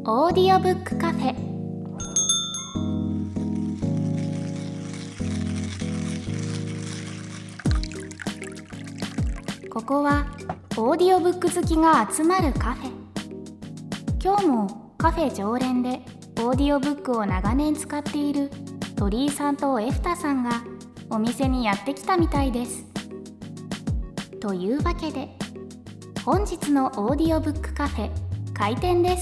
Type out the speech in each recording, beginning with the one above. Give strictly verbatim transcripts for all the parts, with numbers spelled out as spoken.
オーディオブックカフェ。ここはオーディオブック好きが集まるカフェ。今日もカフェ常連でオーディオブックを長年使っている鳥居さんとエフタさんがお店にやってきたみたいです。というわけで本日のオーディオブックカフェ開店です。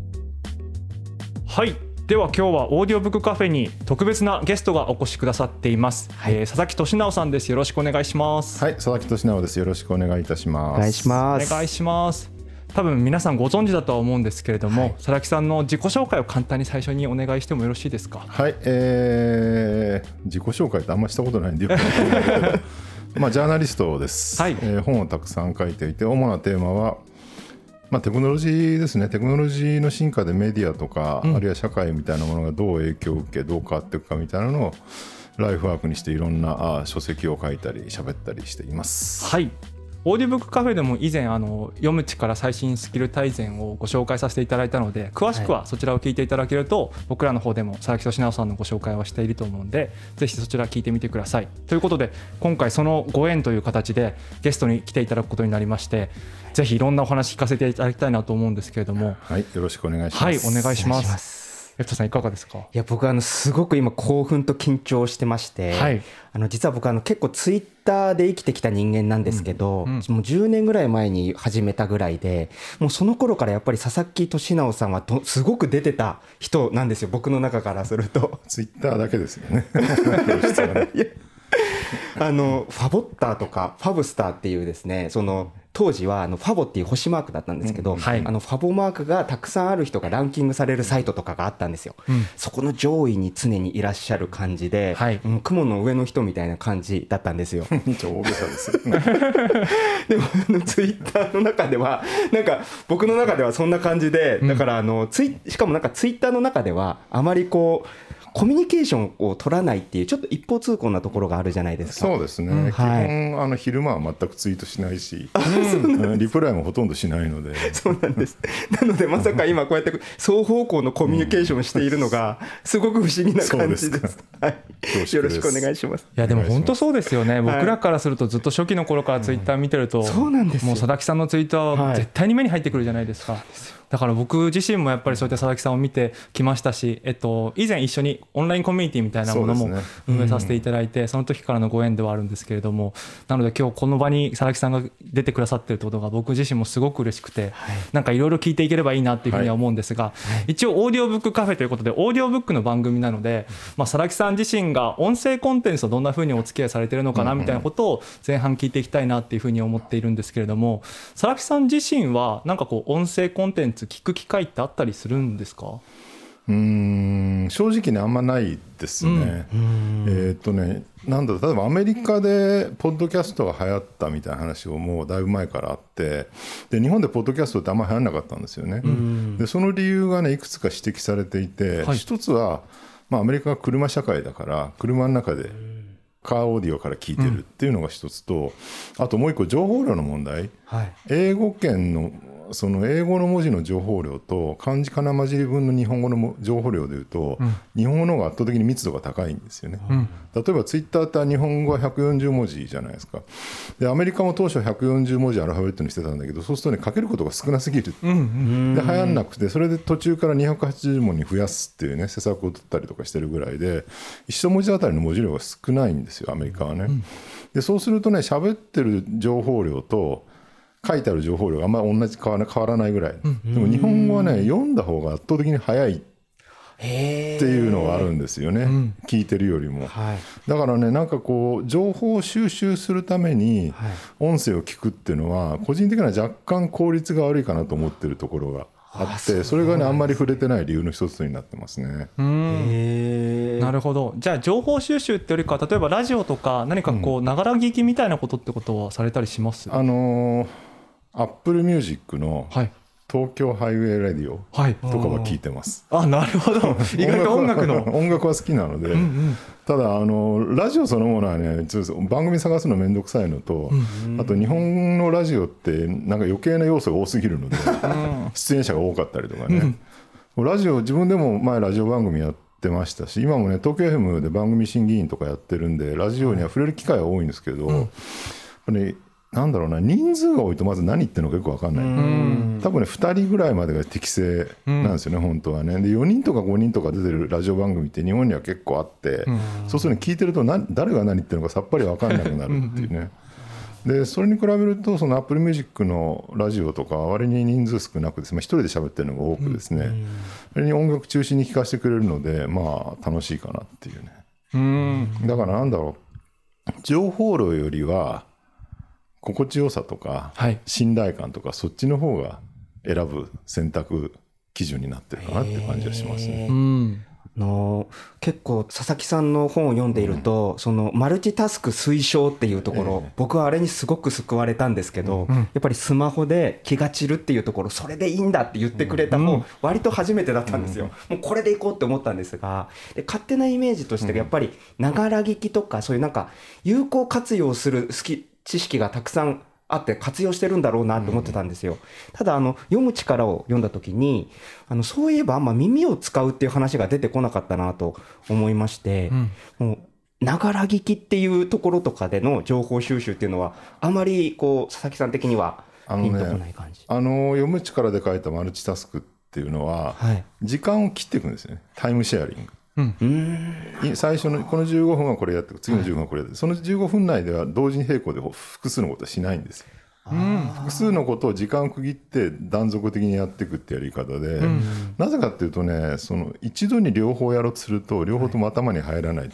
はい、では今日はオーディオブックカフェに特別なゲストがお越しくださっています、はいえー、佐々木俊直さんです。よろしくお願いします。 はい、佐々木俊直です。よろしくお願いいたします。 お願いします。 お願いします。多分皆さんご存知だとは思うんですけれども、はい、佐々木さんの自己紹介を簡単に最初にお願いしてもよろしいですか。 はい、えー、自己紹介ってあんましたことないんでよくわかんないけどまあジャーナリストです、はいえー、本をたくさん書いていて、主なテーマはまあ、テクノロジーですね。テクノロジーの進化でメディアとか、うん、あるいは社会みたいなものがどう影響を受けどう変わっていくかみたいなのをライフワークにしていろんなあ書籍を書いたり喋ったりしています。 はい、オーディオブックカフェでも以前あの読む力最新スキル大全をご紹介させていただいたので、詳しくはそちらを聞いていただけると、はい、僕らの方でも佐々木俊直さんのご紹介はしていると思うんで、ぜひそちら聞いてみてください。ということで今回そのご縁という形でゲストに来ていただくことになりまして、ぜひいろんなお話聞かせていただきたいなと思うんですけれども。 はい、よろしくお願いします。 はい、お願いします。エフタさんいかがですか。 いや僕はあのすごく今興奮と緊張してまして、はい、あの実は僕あの結構ツイッターで生きてきた人間なんですけど、うんうん、もうじゅうねんぐらい前に始めたぐらいで、もうその頃からやっぱり佐々木俊直さんはとすごく出てた人なんですよ、僕の中からすると。 ツイッターだけですよねあのファボッターとかファブスターっていうですね、その当時はあのファボっていう星マークだったんですけど、うんはい、あのファボマークがたくさんある人がランキングされるサイトとかがあったんですよ、うん、そこの上位に常にいらっしゃる感じで、はい、もう雲の上の人みたいな感じだったんですよ超大げさですよでもツイッターの中ではなんか僕の中ではそんな感じで、だからあのツイしかもなんかツイッターの中ではあまりこうコミュニケーションを取らないっていうちょっと一方通行なところがあるじゃないですか。 そうですね、うん、基本、はい、あの昼間は全くツイートしないし、うん、リプライもほとんどしないのでそうなんです。なのでまさか今こうやって双方向のコミュニケーションしているのがすごく不思議な感じです、はい、よろしくお願いします。 いやでも本当そうですよね、僕らからするとずっと初期の頃からツイッター見てると、 うん、そうなんですよ。 もう佐々木さんのツイッターは絶対に目に入ってくるじゃないですか、はい、だから僕自身もやっぱりそうやって佐々木さんを見てきましたし、えっと、以前一緒にオンラインコミュニティみたいなものも運営させていただいて、 そ,、ねうん、その時からのご縁ではあるんですけれども、なので今日この場に佐々木さんが出てくださっていることが僕自身もすごく嬉しくて、はい、なんかいろいろ聞いていければいいなっていうふうには思うんですが、はいはい、一応オーディオブックカフェということでオーディオブックの番組なので、まあ、佐々木さん自身が音声コンテンツとどんなふうにお付き合いされているのかなみたいなことを前半聞いていきたいなっていうふうに思っているんですけれども、佐々木さん自身はなんかこう音声コンテンツ聞く機会ってあったりするんですか。 うーん正直ねあんまないですね、うん、えー、っとねなんだろう、例えばアメリカでポッドキャストが流行ったみたいな話をもうだいぶ前からあって、で日本でポッドキャストってあんまり流行らなかったんですよね、うん、でその理由がねいくつか指摘されていて、はい、一つは、まあ、アメリカは車社会だから車の中でカーオーディオから聞いてるっていうのが一つと、うん、あともう一個情報量の問題、はい、英語圏のその英語の文字の情報量と漢字かな混じり分の日本語の情報量でいうと、うん、日本語の方が圧倒的に密度が高いんですよね、うん、例えばツイッターって日本語はひゃくよんじゅうもじじゃないですか。でアメリカも当初ひゃくよんじゅうもじアルファベットにしてたんだけど、そうするとね書けることが少なすぎる、うん、で流行んなくて、それで途中からにひゃくはちじゅうもじに増やすっていうね施策を取ったりとかしてるぐらいで、一文字あたりの文字量が少ないんですよアメリカはね、うん、でそうするとね喋ってる情報量と書いてある情報量があんまり同じ変わら、変わらないぐらい、うん、でも日本語はね読んだ方が圧倒的に早いっていうのがあるんですよね、うん、聞いてるよりも、はい、だからねなんかこう情報を収集するために音声を聞くっていうのは個人的には若干効率が悪いかなと思ってるところがあって、それがねあんまり触れてない理由の一つになってますね。 うん、なるほど。じゃあ情報収集ってよりか例えばラジオとか何かこうながら聞きみたいなことってことはされたりします？ あのーアップルミュージックの東京ハイウェイラディオとかは聞いてます、 はい、あなるほど意外と音楽の音楽は好きなので、うんうん、ただあのラジオそのものはね番組探すのめんどくさいのと、うんうん、あと日本のラジオってなんか余計な要素が多すぎるので、うん、出演者が多かったりとかね、うんラジオ自分でも前ラジオ番組やってましたし、今もね東京 エフエム で番組審議員とかやってるんでラジオには触れる機会は多いんですけど、うん、やっぱり、ね、なんだろうな、人数が多いとまず何言ってるのかよく分かんない。うん多分ねふたりぐらいまでが適正なんですよね、うん、本当はね。でよにんとかごにんとか出てるラジオ番組って日本には結構あって、うん、そうすると聞いてるとな誰が何言ってるのかさっぱり分かんなくなるっていうね。でそれに比べるとその Apple Music のラジオとかは割に人数少なくですね、まあ、一人で喋ってるのが多くですね、うん、それに音楽中心に聴かせてくれるのでまあ楽しいかなっていうね。うんだからなんだろう、情報量よりは心地よさとか信頼感とか、そっちの方が選ぶ選択基準になってるかなっていう感じがしますね。うんの結構佐々木さんの本を読んでいると、うん、そのマルチタスク推奨っていうところ、えー、僕はあれにすごく救われたんですけど、うん、やっぱりスマホで気が散るっていうところ、それでいいんだって言ってくれた本、うん、割と初めてだったんですよ、うん、もうこれでいこうって思ったんですが、で勝手なイメージとしてやっぱりながら聞きとかそういうなんか有効活用する好き知識がたくさんあって活用してるんだろうなと思ってたんですよ。ただあの読む力を読んだ時にあのそういえばあんま耳を使うっていう話が出てこなかったなと思いまして、うん、もうながら聞きっていうところとかでの情報収集っていうのはあまりこう佐々木さん的にはピンとこない感じ。 あの、ね、あの読む力で書いたマルチタスクっていうのは、はい、時間を切っていくんですね。タイムシェアリング。うん、最初のこのじゅうごふんはこれやって次のじゅうごふんはこれやって、はい、そのじゅうごふん内では同時に並行で複数のことはしないんですよ。複数のことを時間を区切って断続的にやっていくってやり方で、うん、なぜかっていうとね、その一度に両方やろうとすると両方とも頭に入らない、はい、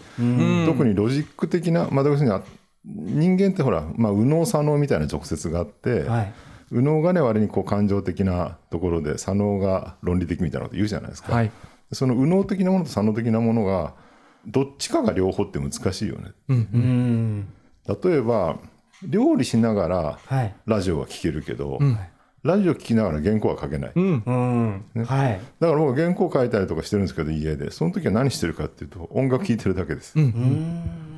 特にロジック的な、まあ、要するに人間ってほら、まあ、右脳左脳みたいな直接があって、はい、右脳がね割にこう感情的なところで左脳が論理的みたいなこと言うじゃないですか、はい、その右脳的なものと左脳的なものがどっちかが両方って難しいよね、うんうん、例えば料理しながらラジオは聴けるけど、はい、ラジオ聴きながら原稿は書けない、うんうんねはい、だから僕原稿書いたりとかしてるんですけど家で、その時は何してるかっていうと音楽聴いてるだけです、うんうん、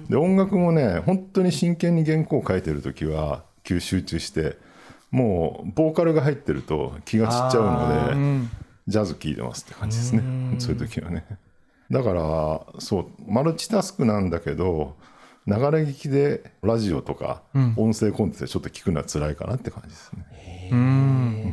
で音楽もね本当に真剣に原稿書いてる時は集中してもうボーカルが入ってると気が散っちゃうので、うん、ジャズ聴いてますって感じですね。そういう時はね。だからそうマルチタスクなんだけどながら聞きでラジオとか音声コンテンツでちょっと聞くのは辛いかなって感じですね。 うん、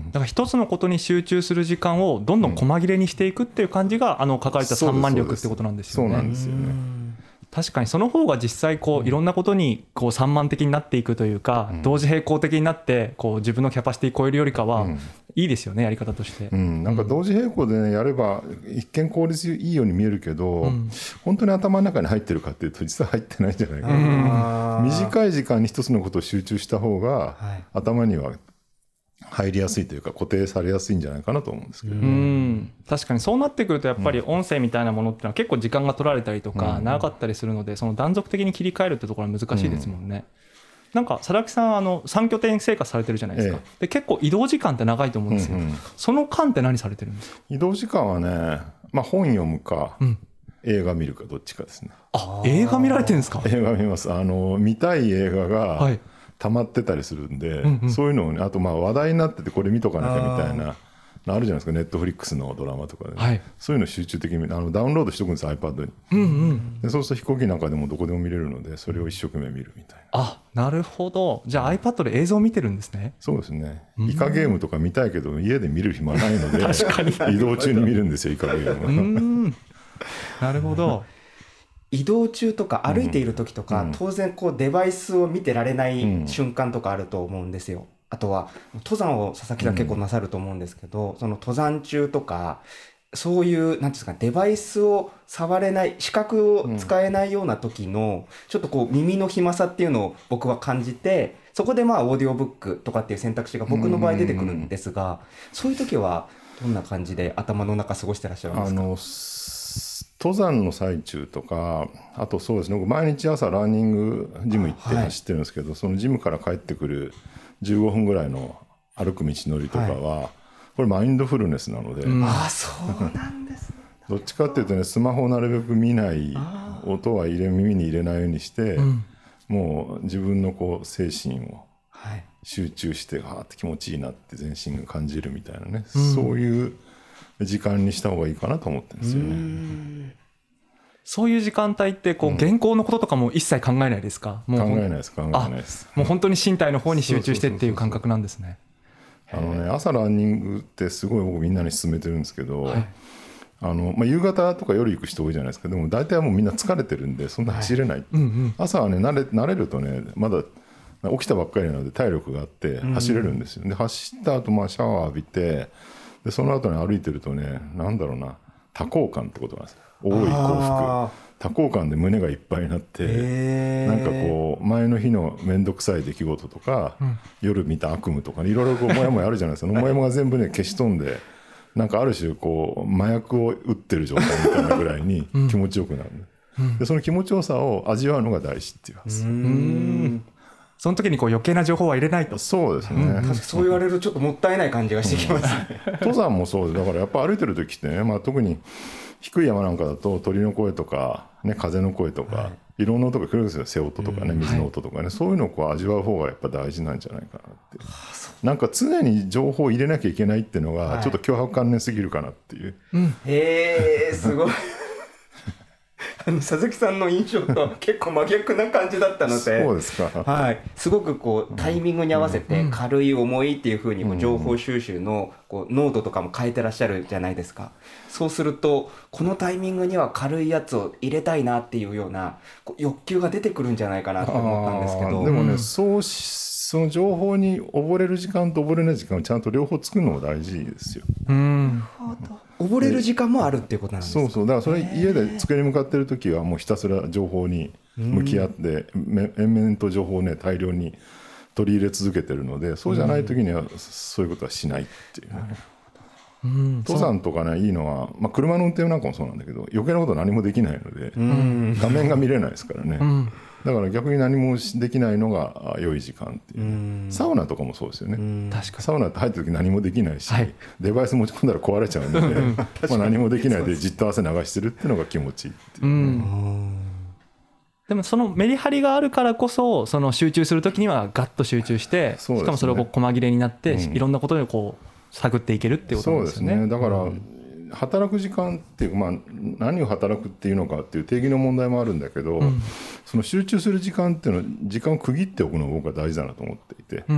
だから一つのことに集中する時間をどんどん細切れにしていくっていう感じが、うん、あの書かれたさんまん力ってことなんですよね。 そうなんですよね。 確かにその方が実際こういろんなことにこう散漫的になっていくというか、うん、同時並行的になってこう自分のキャパシティ超えるよりかはいいですよね、やり方として、 うん、なんか同時並行で、ね、やれば一見効率いいように見えるけど、うん、本当に頭の中に入ってるかっていうと実は入ってないんじゃないかな、うん、短い時間に一つのことを集中した方が、はい、頭には入りやすいというか固定されやすいんじゃないかなと思うんですけど、ね、 うん確かにそうなってくるとやっぱり音声みたいなものってのは結構時間が取られたりとか長かったりするので、その断続的に切り替えるってところは難しいですもんね、うん、なんか佐々木さんあのさん拠点生活されてるじゃないですか、ええ、で結構移動時間って長いと思うんですよ、うんうん、その間って何されてるんですか？ 移動時間はね、まあ、本読むか、うん、映画見るかどっちかですね。 あ映画見られてるんですか？ 映画見ます。あの見たい映画が、はい溜まってたりするんで、うんうん、そういうのをね、あとまあ話題になっててこれ見とかなきゃみたいなあるじゃないですか、ネットフリックスのドラマとかで、ねはい、そういうのを集中的にあのダウンロードしとくんです iPad に、うんうん、でそうすると飛行機なんかでもどこでも見れるのでそれを一生懸命見るみたいな。 あなるほど。じゃあ iPad で映像を見てるんですね。 そうですね。イカゲームとか見たいけど家で見る暇ないので確かに移動中に見るんですよイカゲームは。うんなるほど。 移動中とか歩いている時とか、うん、当然こうデバイスを見てられない瞬間とかあると思うんですよ。あとは登山を佐々木さん結構なさると思うんですけど、うん、その登山中とかそういうなんていうんですかデバイスを触れない視覚を使えないような時の、うん、ちょっとこう耳の暇さっていうのを僕は感じて、そこでまあオーディオブックとかっていう選択肢が僕の場合出てくるんですが、そういう時はどんな感じで頭の中過ごしてらっしゃるんですか？ あの登山の最中とか、あとそうですね、僕毎日朝ランニングジム行って走ってるんですけど、はい、そのジムから帰ってくるじゅうごふんぐらいの歩く道のりとかは、はい、これマインドフルネスなので、 うん、あそうなんですねどっちかっていうとね、スマホをなるべく見ない、音は入れ耳に入れないようにして、うん、もう自分のこう精神を集中して、はい、はーって気持ちいいなって全身が感じるみたいなね、うん、そういう時間にした方がいいかなと思ってるんですよね。 そういう時間帯ってこう原稿のこととかも一切考えないですか？ もう考えないです考えないです。 もう本当に身体の方に集中してっていう感覚なんですね。 あのね、朝ランニングってすごい僕みんなに勧めてるんですけど、はい、あのまあ、夕方とか夜行く人多いじゃないですか。でも大体はもうみんな疲れてるんでそんな走れない、はい、うんうん、朝はね慣れ、慣れるとねまだ起きたばっかりなので体力があって走れるんですよ。で走った後まあシャワー浴びて、でその後に歩いてるとね、なんだろうな、多幸感ってことなんですよ。多い幸福、多幸感で胸がいっぱいになって、なんかこう前の日の面倒くさい出来事とか、うん、夜見た悪夢とか、ね、いろいろこうモヤモヤあるじゃないですか。モヤモヤが全部ね消し飛んで、なんかある種こう麻薬を打ってる状態みたいなぐらいに気持ちよくなる、うん、でその気持ちよさを味わうのが大事っていう話。うーん、 その時にこう余計な情報は入れないと。 そうですね、うん、 確かそう言われるとちょっともったいない感じがしてきますね、 うん、登山もそうで、だからやっぱ歩いてる時ってね、まあ、特に低い山なんかだと鳥の声とか、ね、風の声とか、はい、いろんな音が来るんですよ。瀬音とかね、水の音とかね、はい、そういうのをこう味わう方がやっぱ大事なんじゃないかなって、はあ、なんか常に情報を入れなきゃいけないっていうのがちょっと強迫観念すぎるかなっていう、 はい、へえすごいあの佐々木さんの印象と結構真逆な感じだったのでそうですか、 はい、すごくこうタイミングに合わせて軽い重いっていう風にこう情報収集のこう濃度とかも変えてらっしゃるじゃないですか。そうするとこのタイミングには軽いやつを入れたいなっていうようなこう欲求が出てくるんじゃないかなと思ったんですけど、 でもね、うん、そうその情報に溺れる時間と溺れない時間をちゃんと両方作るのも大事ですよ。 うん、溺れる時間もあるっていうことなんですか？ そうそう、だからそれ家で机に向かってる時はもうひたすら情報に向き合って、延々と情報をね大量に取り入れ続けてるので、そうじゃない時にはそういうことはしないっていう、ね、うん、登山とかねいいのは、まあ、車の運転なんかもそうなんだけど余計なこと何もできないので、うん、画面が見れないですからね、うん、だから逆に何もできないのが良い時間っていう、うん、サウナとかもそうですよね、うん、確かにサウナって入った時何もできないし、はい、デバイス持ち込んだら壊れちゃうのでまあ何もできないでじっと汗流してるっていうのが気持ちいいっていう、ね、うん、 でもそのメリハリがあるからこそその集中する時にはガッと集中して、ね、しかもそれを細切れになって、うん、いろんなことをこう探っていけるっていうことなんですよね。 そうですね。だから、うん、働く時間っていうか、まあ、何を働くっていうのかっていう定義の問題もあるんだけど、うん、その集中する時間っていうのは時間を区切っておくのが僕は大事だなと思っていて、うんうん、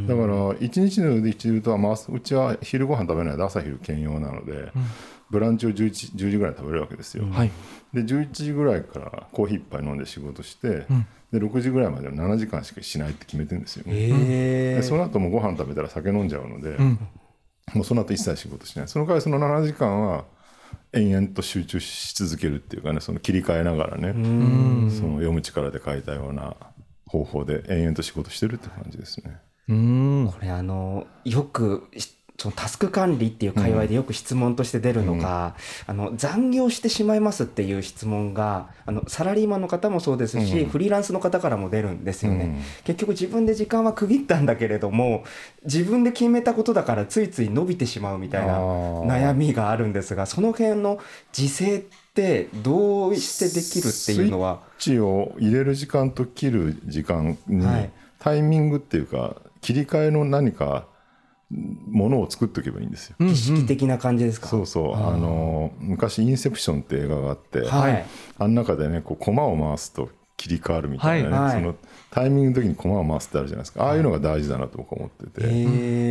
だから一日のうちで言うと、まあ、うちは昼ご飯食べないで朝昼兼用なので、うん、ブランチをじゅういちじぐらい食べるわけですよ、うん、でじゅういちじぐらいからコーヒーいっぱい飲んで仕事して、うん、でろくじぐらいまではななじかんしかしないって決めてるんですよね、でその後もご飯食べたら酒飲んじゃうので、うん、もうその後一切仕事しない。その代わりそのななじかんは延々と集中し続けるっていうかね、その切り替えながらね、その読む力で書いたような方法で延々と仕事してるって感じですね。 うーん、これあのよくそのタスク管理っていう界隈でよく質問として出るのが、うん、あの残業してしまいますっていう質問があのサラリーマンの方もそうですし、うん、フリーランスの方からも出るんですよね、うん、結局自分で時間は区切ったんだけれども自分で決めたことだからついつい伸びてしまうみたいな悩みがあるんですが、その辺の自制ってどうしてできるっていうのは、 スイッチを入れる時間と切る時間にタイミングっていうか切り替えの何かものを作っておけばいいんですよ。 意識的な感じですか？ そうそう、あの昔インセプションって映画があって、はい、あの中でねこうコマを回すと切り替わるみたいなね、はい、そのタイミングの時にコマを回すってあるじゃないですか。ああいうのが大事だなと僕は思ってて、はい、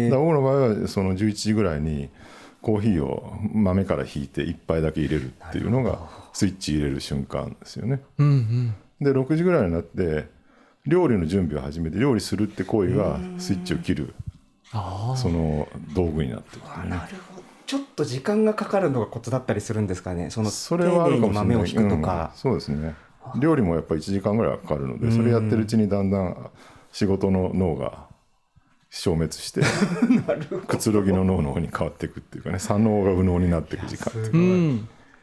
だから僕の場合はそのじゅういちじぐらいにコーヒーを豆からひいていっぱいだけ入れるっていうのがスイッチ入れる瞬間ですよね、うんうん、でろくじぐらいになって料理の準備を始めて料理するって行為がスイッチを切るその道具になってる、ね、 なるほど。ちょっと時間がかかるのがコツだったりするんですかね。その丁寧に豆をひくとか、 うん、そうですね。料理もやっぱりいちじかんぐらいはかかるので、それやってるうちにだんだん仕事の脳が消滅してくつろぎの脳の方に変わっていくっていうかね、左脳が右脳になっていく時間っていうか、うん、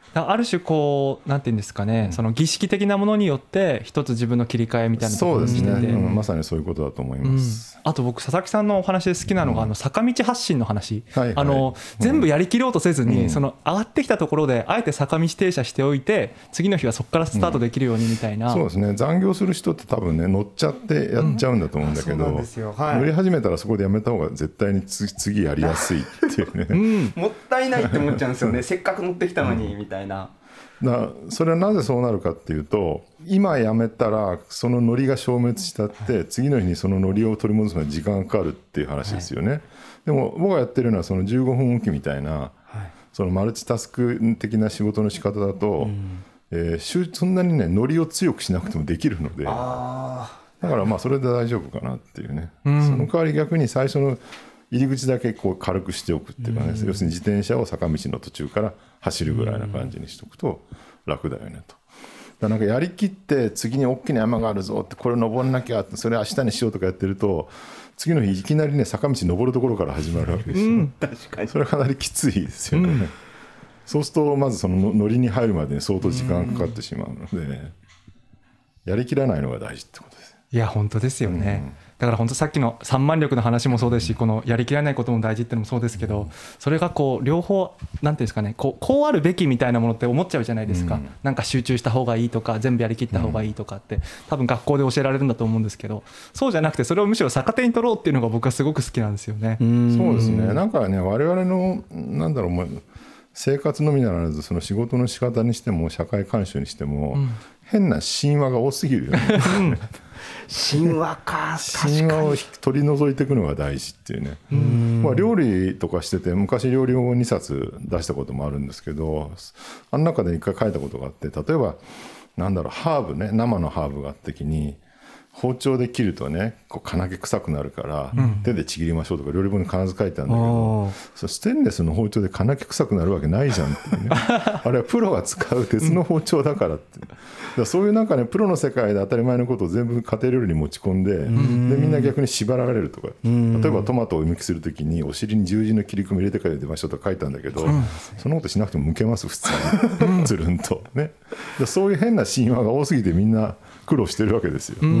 ある種こうなんていうんですかね、うん、その儀式的なものによって一つ自分の切り替えみたいなところにしてて、 そうですね、うん、まさにそういうことだと思います、 うん、あと僕佐々木さんのお話で好きなのが、うん、あの坂道発進の話、 はいはい、 あの全部やりきろうとせずに、うん、その上がってきたところであえて坂道停車しておいて次の日はそこからスタートできるようにみたいな、うん、 そうですね、残業する人って多分ね乗っちゃってやっちゃうんだと思うんだけど、うんはい、乗り始めたらそこでやめた方が絶対に次やりやすいっていうね、 うん、もったいないって思っちゃうんですよねせっかく乗ってきたのにみたいな。 だそれはなぜそうなるかっていうと、今やめたらそのノリが消滅したって、はい、次の日にそのノリを取り戻すまで時間がかかるっていう話ですよね、はい、でも僕がやってるのはそのじゅうごふんおきみたいな、はい、そのマルチタスク的な仕事の仕方だと、うんえー、そんなにねノリを強くしなくてもできるので、あだからまあそれで大丈夫かなっていうね、うん、その代わり逆に最初の入り口だけこう軽くしておくっていうかね、うん、要するに自転車を坂道の途中から走るぐらいな感じにしておくと楽だよねと。だからなんかやりきって次に大きな山があるぞってこれ登んなきゃってそれ明日にしようとかやってると次の日いきなりね坂道登るところから始まるわけですよ、うん、確かにそれはかなりきついですよね、うん、そうするとまずそのノリに入るまでに相当時間かかってしまうので、ね、やりきらないのが大事ってことです。 いや本当ですよね、うんだから本当さっきのさんまん力の話もそうですしこのやりきらないことも大事っていうのもそうですけどそれがこう両方なんていうんですかねこう、こうあるべきみたいなものって思っちゃうじゃないですか、うん、なんか集中した方がいいとか全部やりきった方がいいとかって多分学校で教えられるんだと思うんですけどそうじゃなくてそれをむしろ逆手に取ろうっていうのが僕はすごく好きなんですよね。 うんそうですねなんかね我々のなんだろう生活のみならずその仕事の仕方にしても社会慣習にしても、うん、変な神話が多すぎるよね神話か神話を取り除いていくのが大事っていうねまあ、料理とかしてて昔料理をにさつ出したこともあるんですけどあの中で一回書いたことがあって例えばなんだろうハーブね生のハーブがあった時に包丁で切るとねこう金気臭くなるから、うん、手でちぎりましょうとか料理本に必ず書いてあるんだけどそうステンレスの包丁で金気臭くなるわけないじゃんっていうねあれはプロが使う鉄の包丁だからって、うん、だからそういうなんかねプロの世界で当たり前のことを全部家庭料理に持ち込んで、うん、でみんな逆に縛られるとか、うん、例えばトマトを剥きするときにお尻に十字の切り込み入れてから入れましょうとか書いたんだけど、うん、そんなことしなくても剥けます普通につるんとねでそういう変な神話が多すぎてみんな苦労してるわけですよ、うん、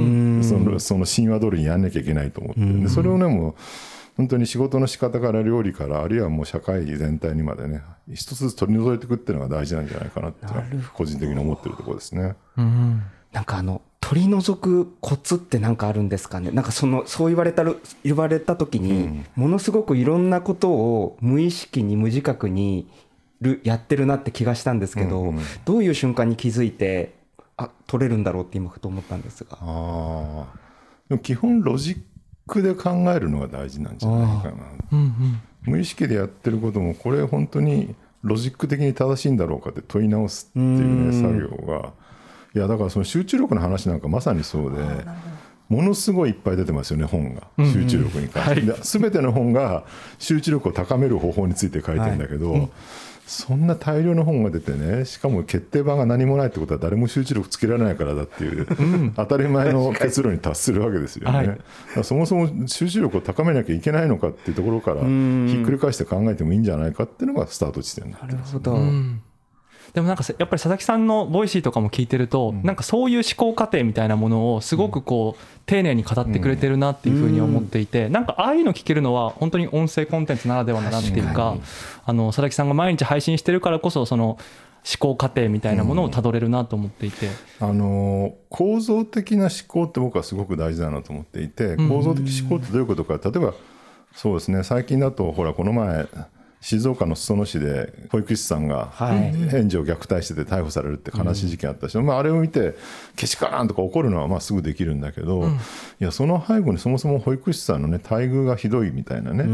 その、その神話通りにやんなきゃいけないと思って、うん、でそれをねもう本当に仕事の仕方から料理からあるいはもう社会全体にまでね一つずつ取り除いていくっていうのが大事なんじゃないかなって個人的に思ってるところですね、うん、 なんかあの取り除くコツって何かあるんですかね。なんかそのそう言われた言われた時に、うん、ものすごくいろんなことを無意識に無自覚にやってるなって気がしたんですけど、うんうん、どういう瞬間に気づいてあ取れるんだろうって今ふと思ったんですが。 あでも基本ロジックで考えるのが大事なんじゃないかな、うんうん、無意識でやってることもこれ本当にロジック的に正しいんだろうかって問い直すっていうね作業がいやだからその集中力の話なんかまさにそうでものすごいいっぱい出てますよね本が集中力に関して、うんうんはい、全ての本が集中力を高める方法について書いてるんだけど、はいうんそんな大量の本が出てねしかも決定版が何もないってことは誰も集中力つけられないからだっていう、うん、当たり前の結論に達するわけですよね、はい、だからそもそも集中力を高めなきゃいけないのかっていうところからひっくり返して考えてもいいんじゃないかっていうのがスタート地点なんです、ね、なるほど、うんでもなんかやっぱり佐々木さんのボイシーとかも聞いてると、うん、なんかそういう思考過程みたいなものをすごくこう丁寧に語ってくれてるなっていうふうに思っていて、なんかああいうの聞けるのは本当に音声コンテンツならではだなっていうか、あの佐々木さんが毎日配信してるからこそその思考過程みたいなものをたどれるなと思っていて、 うん、あの構造的な思考って僕はすごく大事だなと思っていて、構造的思考ってどういうことか、例えばそうですね最近だとほらこの前静岡の裾野市で保育士さんが園児を虐待してて逮捕されるって悲しい事件あったし、うんまあ、あれを見てけしからんとか怒るのはまあすぐできるんだけど、うん、いやその背後にそもそも保育士さんの、ね、待遇がひどいみたいなね、うん、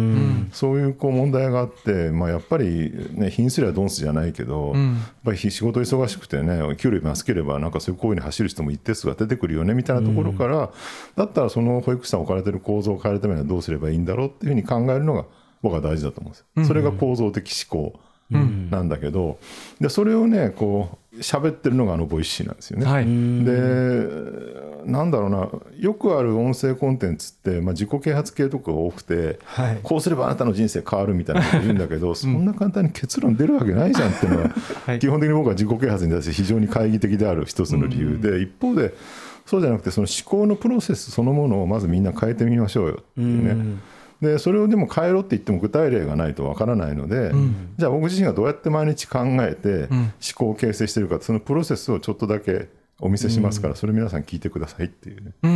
そういうこう問題があって、まあ、やっぱり、ね、貧すりゃドンスじゃないけど、うん、やっぱり仕事忙しくてね給料安ければなんかそういう行為に走る人も一定数が出てくるよねみたいなところから、うん、だったらその保育士さんを置かれてる構造を変えるためにはどうすればいいんだろうっていうふうに考えるのが僕は大事だと思うんですよ。それが構造的思考なんだけど、でそれをねこう喋ってるのがあのボイシーなんですよね。はい、でなんだろうな、よくある音声コンテンツって、まあ、自己啓発系とかが多くて、はい、こうすればあなたの人生変わるみたいなこと言うんだけど、うん、そんな簡単に結論出るわけないじゃんっていうのは、はい、基本的に僕は自己啓発に対して非常に懐疑的である一つの理由で、うん、一方でそうじゃなくてその思考のプロセスそのものをまずみんな変えてみましょうよっていうね、うん、でそれをでも変えろって言っても具体例がないとわからないので、うん、じゃあ僕自身がどうやって毎日考えて思考を形成しているか、そのプロセスをちょっとだけお見せしますから、それ皆さん聞いてくださいっていうね、うん、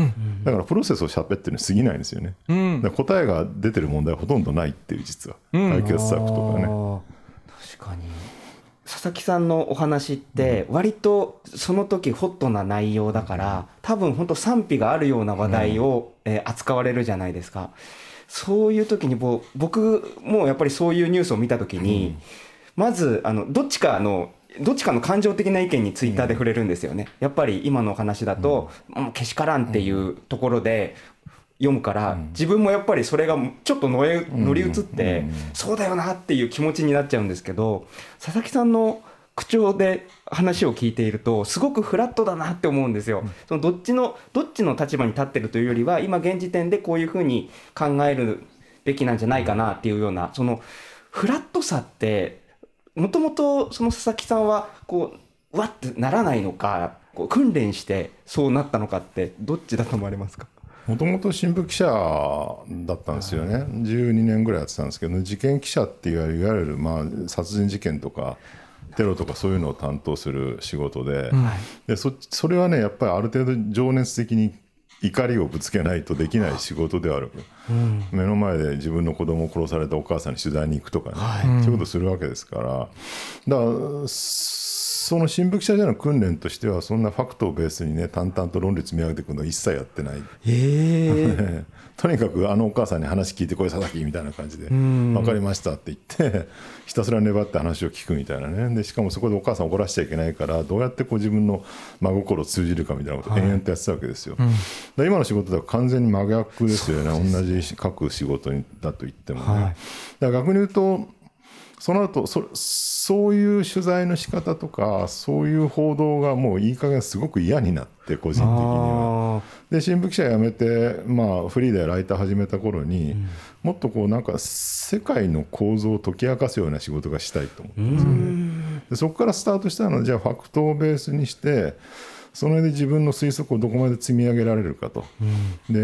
だからプロセスを喋ってるに過ぎないんですよね、うん、だから答えが出てる問題はほとんどないっていう実は解決策とかね、うん、 確かに佐々木さんのお話って割とその時ホットな内容だから、多分本当賛否があるような話題を、うんえー、扱われるじゃないですか。そういう時に僕もやっぱりそういうニュースを見た時に、うん、まずあのどっちかのどっちかの感情的な意見にツイッターで触れるんですよね。やっぱり今のお話だと、うん、けしからんっていうところで読むから、うん、自分もやっぱりそれがちょっと乗り移って、うん、そうだよなっていう気持ちになっちゃうんですけど、佐々木さんの口調で話を聞いているとすごくフラットだなって思うんですよ、うん、そのどっちのどっちの立場に立ってるというよりは、今現時点でこういうふうに考えるべきなんじゃないかなっていうような、そのフラットさってもともとその佐々木さんはこうわってならないのか、こう訓練してそうなったのかってどっちだと思われますか？ もともと新聞記者だったんですよね、はい、じゅうにねんぐらいやってたんですけど、事件記者っていわゆる、まあ、殺人事件とかテロとかそういうのを担当する仕事 で,、はい、で そ, それはねやっぱりある程度情熱的に怒りをぶつけないとできない仕事である、うん、目の前で自分の子供を殺されたお母さんに取材に行くとかね、はい、そういうことするわけですから、だからその新聞記者での訓練としてはそんなファクトをベースにね淡々と論理積み上げていくのは一切やってない、えー、とにかくあのお母さんに話聞いてこい佐々木みたいな感じで分かりましたって言ってひたすら粘って話を聞くみたいなね。でしかもそこでお母さん怒らしちゃいけないからどうやってこう自分の真心を通じるかみたいなことを延々とやってたわけですよ、はいうん、今の仕事では完全に真逆ですよね。同じ書く仕事だと言ってもね、はい、だから逆に言うとその後 そ, そういう取材の仕方とかそういう報道がもういい加減すごく嫌になって、個人的にはで新聞記者辞めて、まあ、フリーでライター始めた頃に、うん、もっとこうなんか世界の構造を解き明かすような仕事がしたいと思ったんですよね。でそこからスタートしたのはじゃあファクトをベースにしてその上で自分の推測をどこまで積み上げられるかと、うん、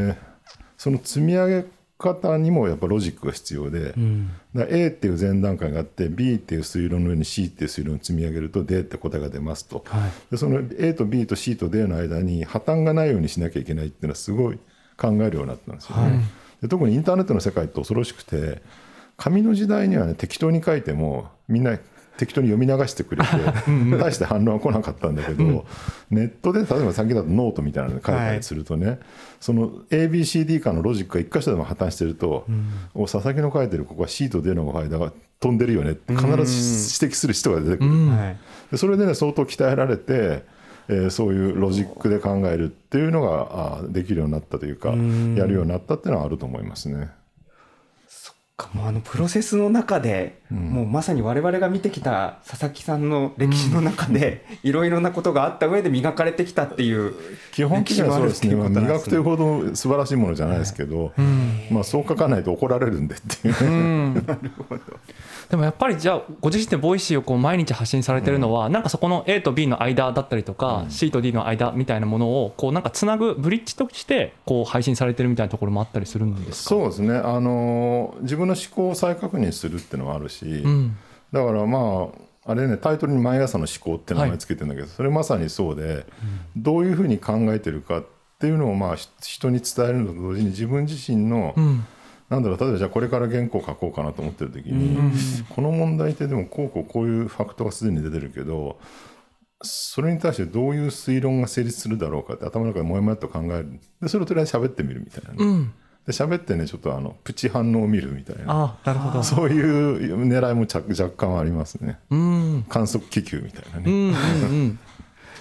でその積み上げ方にもやっぱロジックが必要で、うん、だから A っていう前段階があって B っていう推論の上に C っていう推論を積み上げると D って答えが出ますと、はい、でその A と B と C と D の間に破綻がないようにしなきゃいけないっていうのはすごい考えるようになったんですよね、はい、で特にインターネットの世界って恐ろしくて紙の時代にはね適当に書いてもみんな適当に読み流してくれて大して反応は来なかったんだけど、うん、ネットで例えば先だとノートみたいなので書いたりするとね、はい、その エービーシーディー 間のロジックが一箇所でも破綻してると、うん、お佐々木の書いてるここは C と D の間が飛んでるよねって必ず指摘する人が出てくる、うん、でそれでね相当鍛えられて、えー、そういうロジックで考えるっていうのがあできるようになったというか、うん、やるようになったっていうのはあると思いますね。 もうあのプロセスの中で、うん、もうまさに我々が見てきた佐々木さんの歴史の中でいろいろなことがあった上で磨かれてきたっていう基本的にはそうですね。磨くというほど素晴らしいものじゃないですけど、はいうんまあ、そう書かないと怒られるんでっていう、うん、なるほど。 でもやっぱりじゃあご自身でボイシーをこう毎日発信されてるのは、うん、なんかそこの A と B の間だったりとか、うん、C と D の間みたいなものをこうなんかつなぐブリッジとしてこう配信されてるみたいなところもあったりするんですか？ そうですね。あの自分の思考を再確認するっていうのはあるし、うん、だからまああれねタイトルに毎朝の思考って名前つけてるんだけど、はい、それまさにそうで、うん、どういうふうに考えてるかっていうのをまあ人に伝えるのと同時に自分自身の、うんなんだろう例えばじゃあこれから原稿書こうかなと思ってる時に、うん、この問題ってでもこうこうこういうファクトがすでに出てるけどそれに対してどういう推論が成立するだろうかって頭の中でもやもやっと考える。でそれをとりあえず喋ってみるみたいな、ねうん、で喋ってねちょっとあのプチ反応を見るみたいな、 あなるほどそういう狙いも若干ありますね、うん、観測気球みたいなね、うんうんうん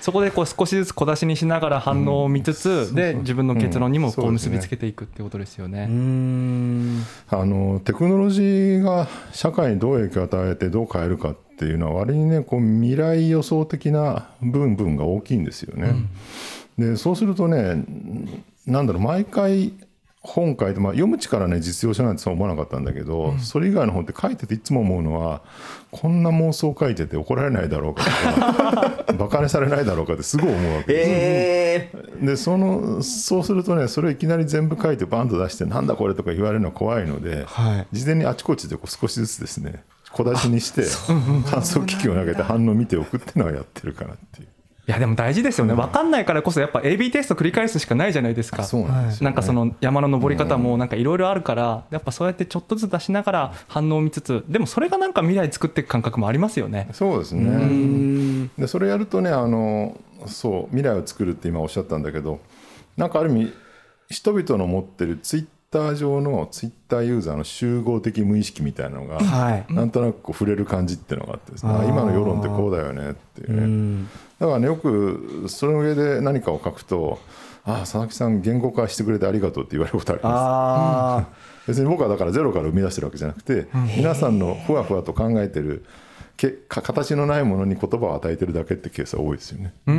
そこでこう少しずつ小出しにしながら反応を見つつ、うん、で自分の結論にもこう結びつけていくっていうことですよね。 うん、あのテクノロジーが社会にどう影響を与えてどう変えるかっていうのは割にねこう未来予想的な部分が大きいんですよね。うん、でそうするとねなんだろう毎回本書いて、まあ、読む力ね実用書なんてそう思わなかったんだけど、うん、それ以外の本って書いてていつも思うのはこんな妄想書いてて怒られないだろうかとかバカにされないだろうかってすごい思うわけです、えー、でそのそうするとねそれをいきなり全部書いてバンと出してなんだこれとか言われるのは怖いので、はい、事前にあちこちでこう少しずつですね小出しにして感想機器を投げて反応を見ておくっていうのはやってるかなっていう。 いやでも大事ですよね。分かんないからこそやっぱ エービー テスト繰り返すしかないじゃないですか。 そうなんですよね。 なんかその山の登り方もなんかいろいろあるからやっぱそうやってちょっとずつ出しながら反応を見つつでもそれがなんか未来作っていく感覚もありますよね。 そうですね。でそれやるとねあのそう未来を作るって今おっしゃったんだけどなんかある意味人々の持ってるツイッター上のツイッターユーザーの集合的無意識みたいなのが、はい、なんとなくこう触れる感じっていうのがあってですね今の世論ってこうだよねっていうね。だからねよくその上で何かを書くとああ佐々木さん言語化してくれてありがとうって言われることあります。あ、うん、別に僕はだからゼロから生み出してるわけじゃなくて、うん、皆さんのふわふわと考えてるけ形のないものに言葉を与えてるだけってケースは多いですよね。うん、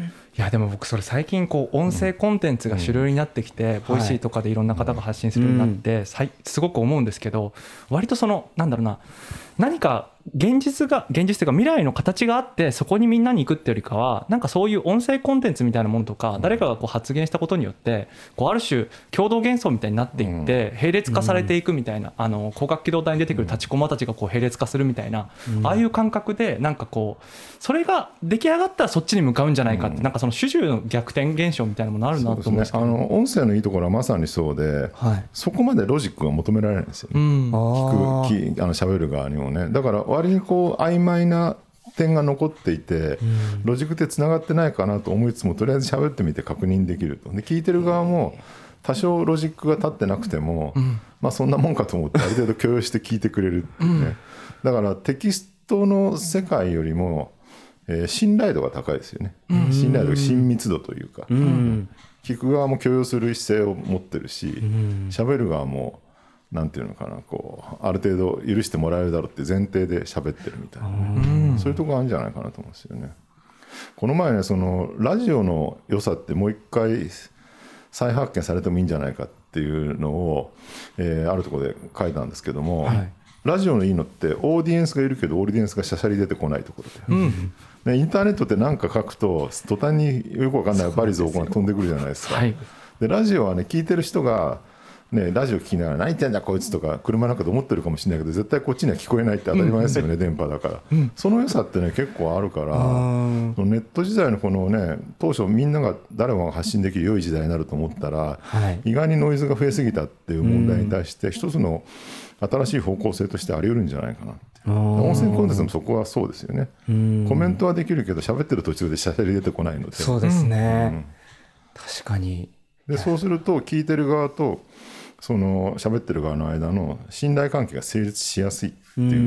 いやでも僕それ最近こう音声コンテンツが主流になってきて、ボイシーとかでいろんな方が発信するようになってすごく思うんですけど、割とそのなんだろうな何か現実が現実というか未来の形があってそこにみんなに行くってよりかはなんかそういう音声コンテンツみたいなものとか誰かがこう発言したことによってこうある種共同幻想みたいになっていって並列化されていくみたいな、あの広角機動隊に出てくる立ちこまたちがこう並列化するみたいな、ああいう感覚でなんかこうそれが出来上がったらそっちに向かうんじゃないかって、なんかその主従の逆転現象みたいなものあるなと思うんですけど、 そうですね、あの音声のいいところはまさにそうで、はい、そこまでロジックが求められないんですよね、うん、聞くあの喋る側にもね。だから割にこう曖昧な点が残っていて、うん、ロジックってつながってないかなと思いつつもとりあえず喋ってみて確認できると。で聞いてる側も多少ロジックが立ってなくても、うん、まあそんなもんかと思ってある程度許容して聞いてくれるっていうね、うん、だからテキストの世界よりも、えー、信頼度が高いですよね、うん、信頼度親密度というか、うん、聞く側も許容する姿勢を持ってるし喋、うん、る側もなんていうのかなこうある程度許してもらえるだろうって前提で喋ってるみたいな、ね、そういうところあるんじゃないかなと思うんですよね。この前ねそのラジオの良さってもう一回再発見されてもいいんじゃないかっていうのを、えー、あるところで書いたんですけども、はい、ラジオのいいのってオーディエンスがいるけどオーディエンスがしゃしゃり出てこないところで、うんね、インターネットって何か書くと途端によく分かんないバリ雑言が飛んでくるじゃないですか。はい、でラジオはね聞いてる人がね、ラジオ聞きながら何言ってんだこいつとか車なんかで思ってるかもしれないけど絶対こっちには聞こえないって当たり前ですよね、うん、電波だから、うん、その良さってね結構あるから、ネット時代のこのね当初みんなが誰もが発信できる良い時代になると思ったら、はい、意外にノイズが増えすぎたっていう問題に対して一つの新しい方向性としてあり得るんじゃないかなって。音声コンテンツもそこはそうですよね。コメントはできるけど喋ってる途中でしゃしゃり出てこないので。 そうですね、うん、確かに。 でそうすると聞いてる側とその喋ってる側の間の信頼関係が成立しやすいっていう、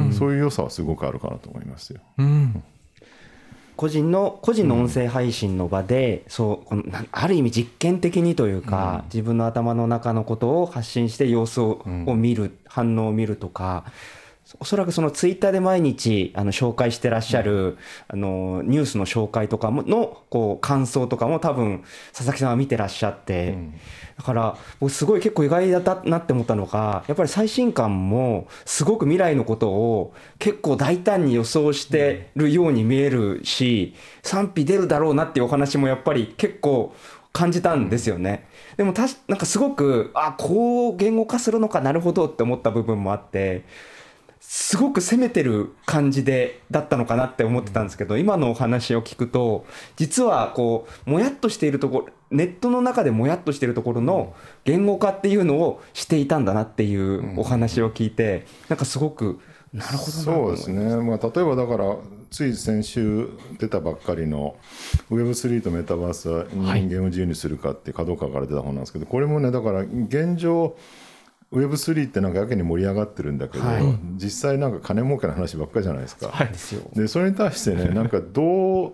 うん、そういう良さはすごくあるかなと思いますよ、うん、 個人の個人の音声配信の場で、うん、そうこのある意味実験的にというか、うん、自分の頭の中のことを発信して様子を、うん、を見る反応を見るとか、おそらくそのツイッターで毎日あの紹介してらっしゃる、うん、あのニュースの紹介とかものこう感想とかも多分佐々木さんは見てらっしゃって、うん、だから僕すごい結構意外だったなって思ったのが、やっぱり最新刊もすごく未来のことを結構大胆に予想してるように見えるし、賛否出るだろうなっていうお話もやっぱり結構感じたんですよね。でもたしなんかすごくあこう言語化するのかなるほどって思った部分もあって、すごく攻めてる感じでだったのかなって思ってたんですけど、今のお話を聞くと実はこうもやっとしているところ、ネットの中でもやっとしているところの言語化っていうのをしていたんだなっていうお話を聞いて、なんかすごくなるほどなと思いました。 そうですね、まあ、例えばだからつい先週出たばっかりの ウェブスリー とメタバースは人間を自由にするかって角川から出た本なんですけど、これもねだから現状ウェブスリー ってなんかやけに盛り上がってるんだけど、はい、実際なんか金儲けの話ばっかりじゃないですか。はい、でそれに対してねなんかどう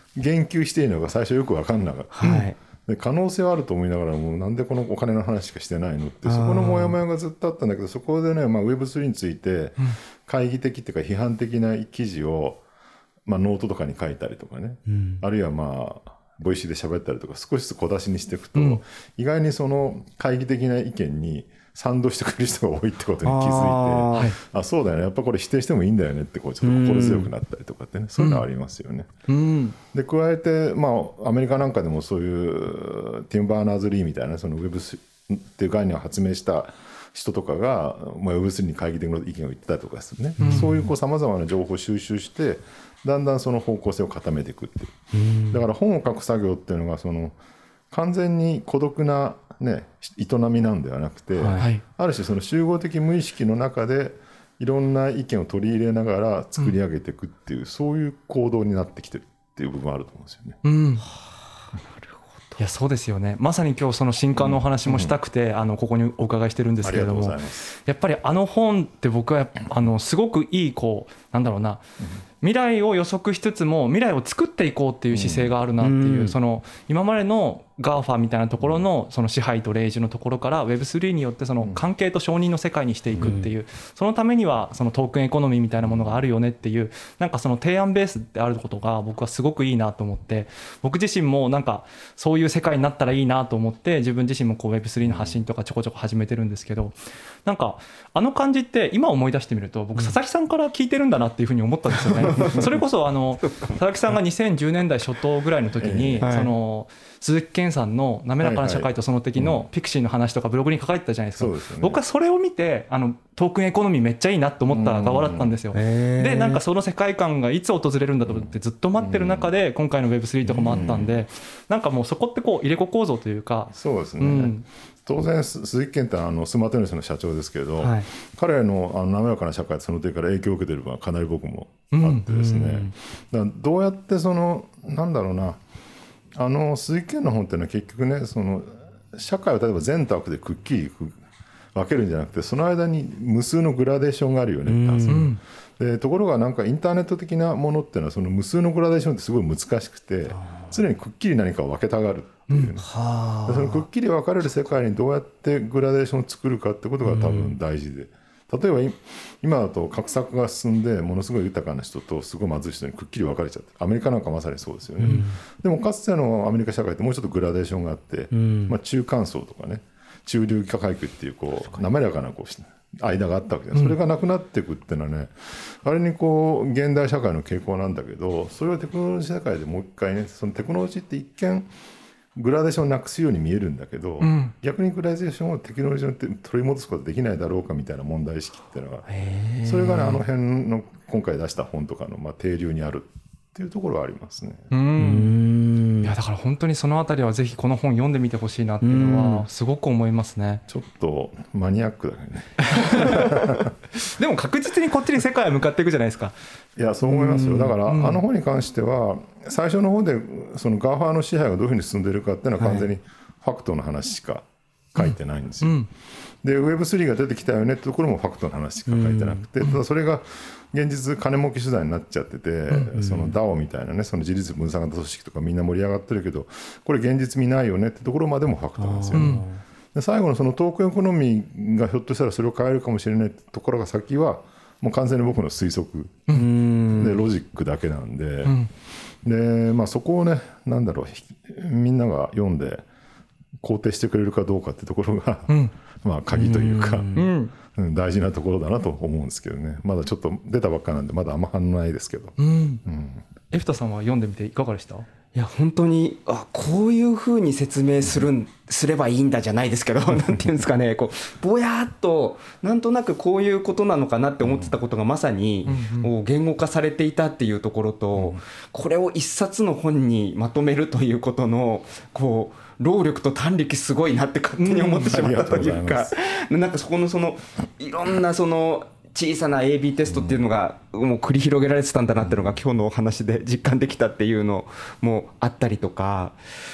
言及していいのか最初よく分かんなかった、はい、で可能性はあると思いながらもなんでこのお金の話しかしてないのってそこのモヤモヤがずっとあったんだけどそこでね、まあ、ウェブスリー について懐疑的っていうか批判的な記事を、まあ、ノートとかに書いたりとかね、うん、あるいはまあボイシーで喋ったりとか少しずつ小出しにしていくと、うん、意外にその懐疑的な意見に賛同してくれる人が多いってことに気づいて あ,、あそうだよねやっぱこれ否定してもいいんだよねってこうちょっと心強くなったりとかってね、うん、そういうのはありますよね、うん、で加えて、まあ、アメリカなんかでもそういうティム・バーナーズ・リーみたいなそのウェブスっていう概念を発明した人とかが、まあ、ウェブスリー に懐疑的な意見を言ってたりとかですね、うん、そういうさまざまな情報を収集してだんだんその方向性を固めていくっていう、うん、だから本を書く作業っていうのがその完全に孤独な、ね、営みなんではなくて、はい、ある種その集合的無意識の中でいろんな意見を取り入れながら作り上げていくっていう、うん、そういう行動になってきてるっていう部分あると思うんですよね、うんいやそうですよねまさに今日その新刊のお話もしたくて、うん、あのここにお伺いしてるんですけれどもやっぱりあの本って僕はあのすごくいいこうなんだろうな、うん未来を予測しつつも未来を作っていこうっていう姿勢があるなっていう、うん、その今までの ガーファ みたいなところのその支配と例示のところから ウェブスリー によってその関係と承認の世界にしていくっていう、うん、そのためにはそのトークンエコノミーみたいなものがあるよねっていうなんかその提案ベースであることが僕はすごくいいなと思って僕自身もなんかそういう世界になったらいいなと思って自分自身もこう ウェブスリー の発信とかちょこちょこ始めてるんですけどなんかあの感じって今思い出してみると僕佐々木さんから聞いてるんだなっていうふうに思ったんですよねそれこそあの佐々木さんがにせんじゅうねんだい初頭ぐらいの時にその鈴木健さんの滑らかな社会とその敵のピクシーの話とかブログに書かれてたじゃないですか、うんすね、僕はそれを見てあのトークンエコノミーめっちゃいいなと思った側だったんですよでなんかその世界観がいつ訪れるんだと思ってずっと待ってる中で今回の ウェブスリー とかもあったんでなんかもうそこってこう入れ子構造というかそうですね、うん当然鈴木健ってあのスマートニュースの社長ですけれど、はい、彼 の, あの滑らかな社会その点から影響を受けている分はかなり僕もあってですね、うん、だからどうやってそのなんだろうなあの鈴木健の本っていうのは結局ねその社会を例えば善と悪でくっきり分けるんじゃなくてその間に無数のグラデーションがあるよねって話、うん、でところがなんかインターネット的なものっていうのはその無数のグラデーションってすごい難しくて常にくっきり何かを分けたがるっていうね、うん、はそのくっきり分かれる世界にどうやってグラデーションを作るかってことが多分大事で、うん、例えば今だと格差が進んでものすごい豊かな人とすごい貧しい人にくっきり分かれちゃってアメリカなんかまさにそうですよね、うん、でもかつてのアメリカ社会ってもうちょっとグラデーションがあって、うんまあ、中間層とかね中流階級っていうこう滑らかなこう間があったわけで、それがなくなっていくっていうのはね、あれにこう現代社会の傾向なんだけど、それをテクノロジー社会でもう一回ね、そのテクノロジーって一見グラデーションをなくすように見えるんだけど、うん、逆にグラデーションをテクノロジーに取り戻すことできないだろうかみたいな問題意識っていうのが、それがねあの辺の今回出した本とかのまあ底流にあるっていうところはありますね。 うーん、いやだから本当にそのあたりはぜひこの本読んでみてほしいなっていうのはすごく思いますね。 ちょっとマニアックだけどねでも確実にこっちに世界は向かっていくじゃないですか。 いやそう思いますよ。だからあの本に関しては最初の方でそのガーファーの支配がどういうふうに進んでいるかっていうのは完全にファクトの話しか書いてないんですよ、うんうん、で ウェブスリー が出てきたよねってところもファクトの話しか書いてなくて、ただそれが現実金儲け手段になっちゃってて、うん、その ダオ みたいなねその自立分散型組織とかみんな盛り上がってるけどこれ現実見ないよねってところまでもファクトなんですよね、うん、で最後のそのトークンエコノミーがひょっとしたらそれを変えるかもしれないところが先はもう完全に僕の推測でロジックだけなんで、うん、で、まあ、そこをねなんだろうみんなが読んで肯定してくれるかどうかってところが、うん、まあ鍵というか、うんうん、大事なところだなと思うんですけどね。まだちょっと出たばっかなんでまだあんま反応ないですけど、うんうん、 エフタさんは読んでみていかがでした？ いや本当にあこういうふうに説明するん、うん、すればいいんだじゃないですけどなんていうんですかねこうぼやっとなんとなくこういうことなのかなって思ってたことがまさに、うん、言語化されていたっていうところと、うん、これを一冊の本にまとめるということのこう労力と胆力すごいなって勝手に思ってしまったというか、うん、なんかそこのそのいろんなその小さな エービー テストっていうのがもう繰り広げられてたんだなっていうのが今日のお話で実感できたっていうのもあったりとか、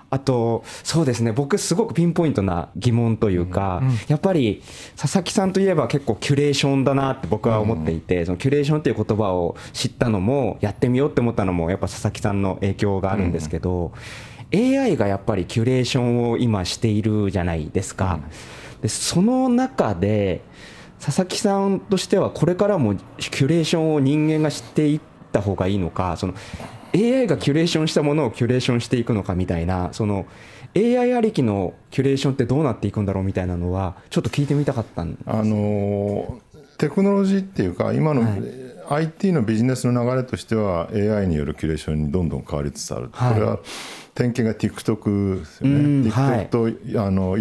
あとそうですね、僕すごくピンポイントな疑問というか、うんうん、やっぱり佐々木さんといえば結構キュレーションだなって僕は思っていて、うん、そのキュレーションっていう言葉を知ったのもやってみようって思ったのもやっぱ佐々木さんの影響があるんですけど、うん、エーアイ がやっぱりキュレーションを今しているじゃないですか、うん、でその中で佐々木さんとしてはこれからもキュレーションを人間が知っていった方がいいのか、そのエーアイ がキュレーションしたものをキュレーションしていくのかみたいな、その エーアイ ありきのキュレーションってどうなっていくんだろうみたいなのはちょっと聞いてみたかったんです。 あのテクノロジーっていうか今の、はい、アイティー のビジネスの流れとしては エーアイ によるキュレーションにどんどん変わりつつある、はい、これは典型が TikTok ですよね。 TikTok と、はい、あの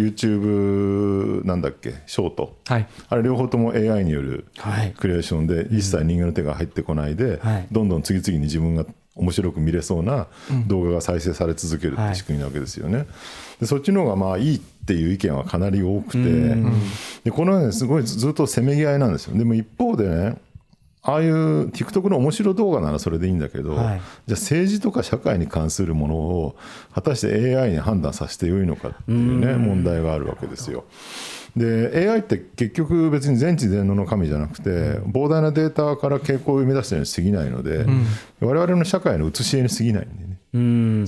YouTube なんだっけショート、はい、あれ両方とも エーアイ によるクリエーションで、はい、一切人間の手が入ってこないで、はい、どんどん次々に自分が面白く見れそうな動画が再生され続けるって仕組みなわけですよね、はい、でそっちの方がまあいいっていう意見はかなり多くて、でこのねすごいずっとせめぎ合いなんですよ。でも一方でね、ああいう TikTok の面白動画ならそれでいいんだけど、はい、じゃあ政治とか社会に関するものを果たして エーアイ に判断させてよいのかっていうね問題があるわけですよ。で エーアイ って結局別に全知全能の神じゃなくて膨大なデータから傾向を生み出してるに過ぎないので、うん、我々の社会の写し絵に過ぎないんでね、うん、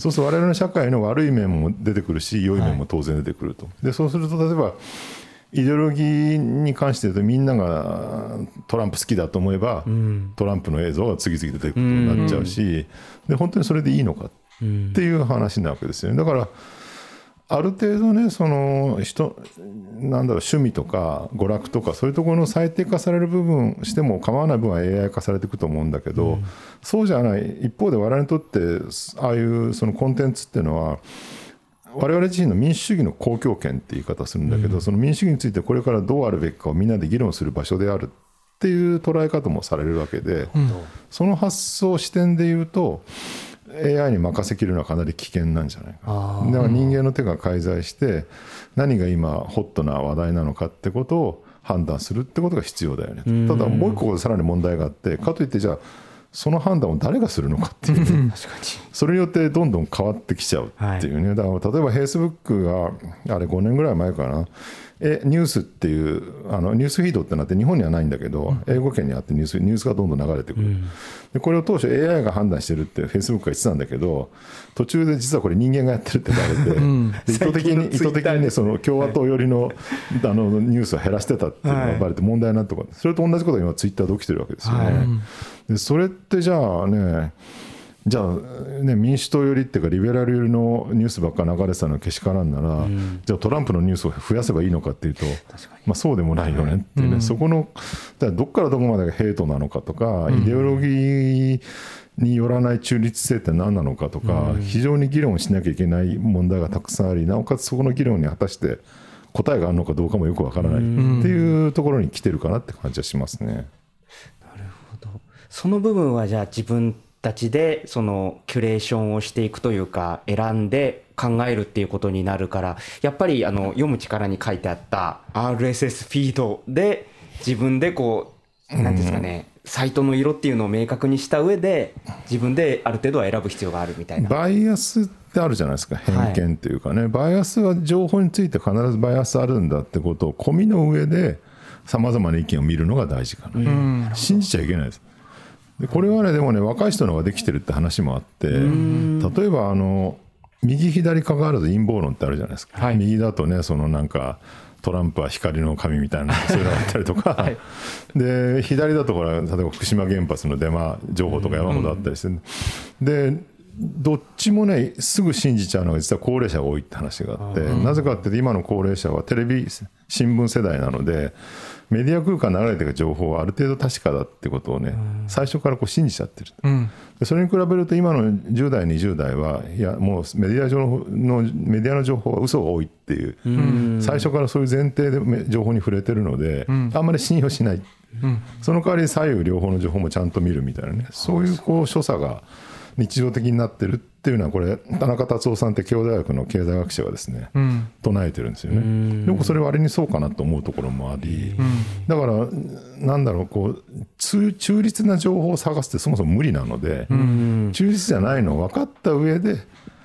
そうすると我々の社会の悪い面も出てくるし良い面も当然出てくると、はい、でそうすると例えばイデオロギーに関して言うとみんながトランプ好きだと思えば、うん、トランプの映像が次々出てくることになっちゃうし、うん、で本当にそれでいいのかっていう話なわけですよね。だからある程度ね、その人なんだろう趣味とか娯楽とかそういうところの最適化される部分しても構わない部分は エーアイ 化されていくと思うんだけど、うん、そうじゃない一方で我々にとってああいうそのコンテンツっていうのは我々自身の民主主義の公共権って言い方するんだけど、うん、その民主主義についてこれからどうあるべきかをみんなで議論する場所であるっていう捉え方もされるわけで、うん、その発想視点で言うとエーアイ に任せきるのはかなり危険なんじゃないか。だから人間の手が介在して何が今ホットな話題なのかってことを判断するってことが必要だよね。ただもう一個さらに問題があって、かといってじゃあその判断を誰がするのかっていう、ね、それによってどんどん変わってきちゃうっていうね。だから例えばフェイスブックがあれごねんぐらい前かな、えニュースっていうあのニュースフィードってなって日本にはないんだけど、うん、英語圏にあってニュースニュースがどんどん流れてくる、うん、でこれを当初 エーアイ が判断してるってフェイスブックが言ってたんだけど、途中で実はこれ人間がやってるって言われて、うん、で意図的に意図的にねその共和党寄りのあのニュースを減らしてたっていうのがバレて問題になったとか、それと同じことが今ツイッターで起きてるわけですよね、はい、でそれってじゃあねじゃあね、民主党寄りっていうかリベラル寄りのニュースばっか流れてたのけしからんなら、うん、じゃあトランプのニュースを増やせばいいのかっていうと、まあ、そうでもないよねっていうね、うん、そこのだからどっからどこまでがヘイトなのかとか、うん、イデオロギーによらない中立性って何なのかとか、うん、非常に議論しなきゃいけない問題がたくさんあり、なおかつそこの議論に果たして答えがあるのかどうかもよくわからないっていうところに来てるかなって感じはしますね。なるほど。その部分はじゃあ自分たちでそのキュレーションをしていくというか選んで考えるっていうことになるから、やっぱりあの読む力に書いてあった アールエスエス フィードで自分でこう何ですかね、サイトの色っていうのを明確にした上で自分である程度は選ぶ必要があるみたいな。 バイアスってあるじゃないですか、偏見っていうかね、はい、バイアスは情報について必ずバイアスあるんだってことを込みの上でさまざまな意見を見るのが大事かな、うん、信じちゃいけないです。でこれはねでもね若い人の方ができてるって話もあって、例えばあの右左関わらず陰謀論ってあるじゃないですか、はい、右だとねそのなんかトランプは光の神みたいなそういうのがあったりとか、はい、で左だとほら例えば福島原発のデマ情報とか山ほどあったりして、うん、でどっちもねすぐ信じちゃうのが実は高齢者が多いって話があって、なぜかって今の高齢者はテレビ新聞世代なのでメディア空間に流れてる情報はある程度確かだってことをね、うん、最初からこう信じちゃってる、うん、でそれに比べると今のじゅう代にじゅう代はいやもうメディア上のメディアの情報は嘘が多いっていう、うん、最初からそういう前提で情報に触れてるので、うん、あんまり信用しない、うん、その代わり左右両方の情報もちゃんと見るみたいなね、そういうこう所作が日常的になってるっていうのはこれ田中達夫さんって京都大学の経済学者がですね、うん、唱えてるんですよね。でもそれ割にそうかなと思うところもあり、うん、だからなんだろうこう中立な情報を探すってそもそも無理なので、うん、中立じゃないのを分かった上で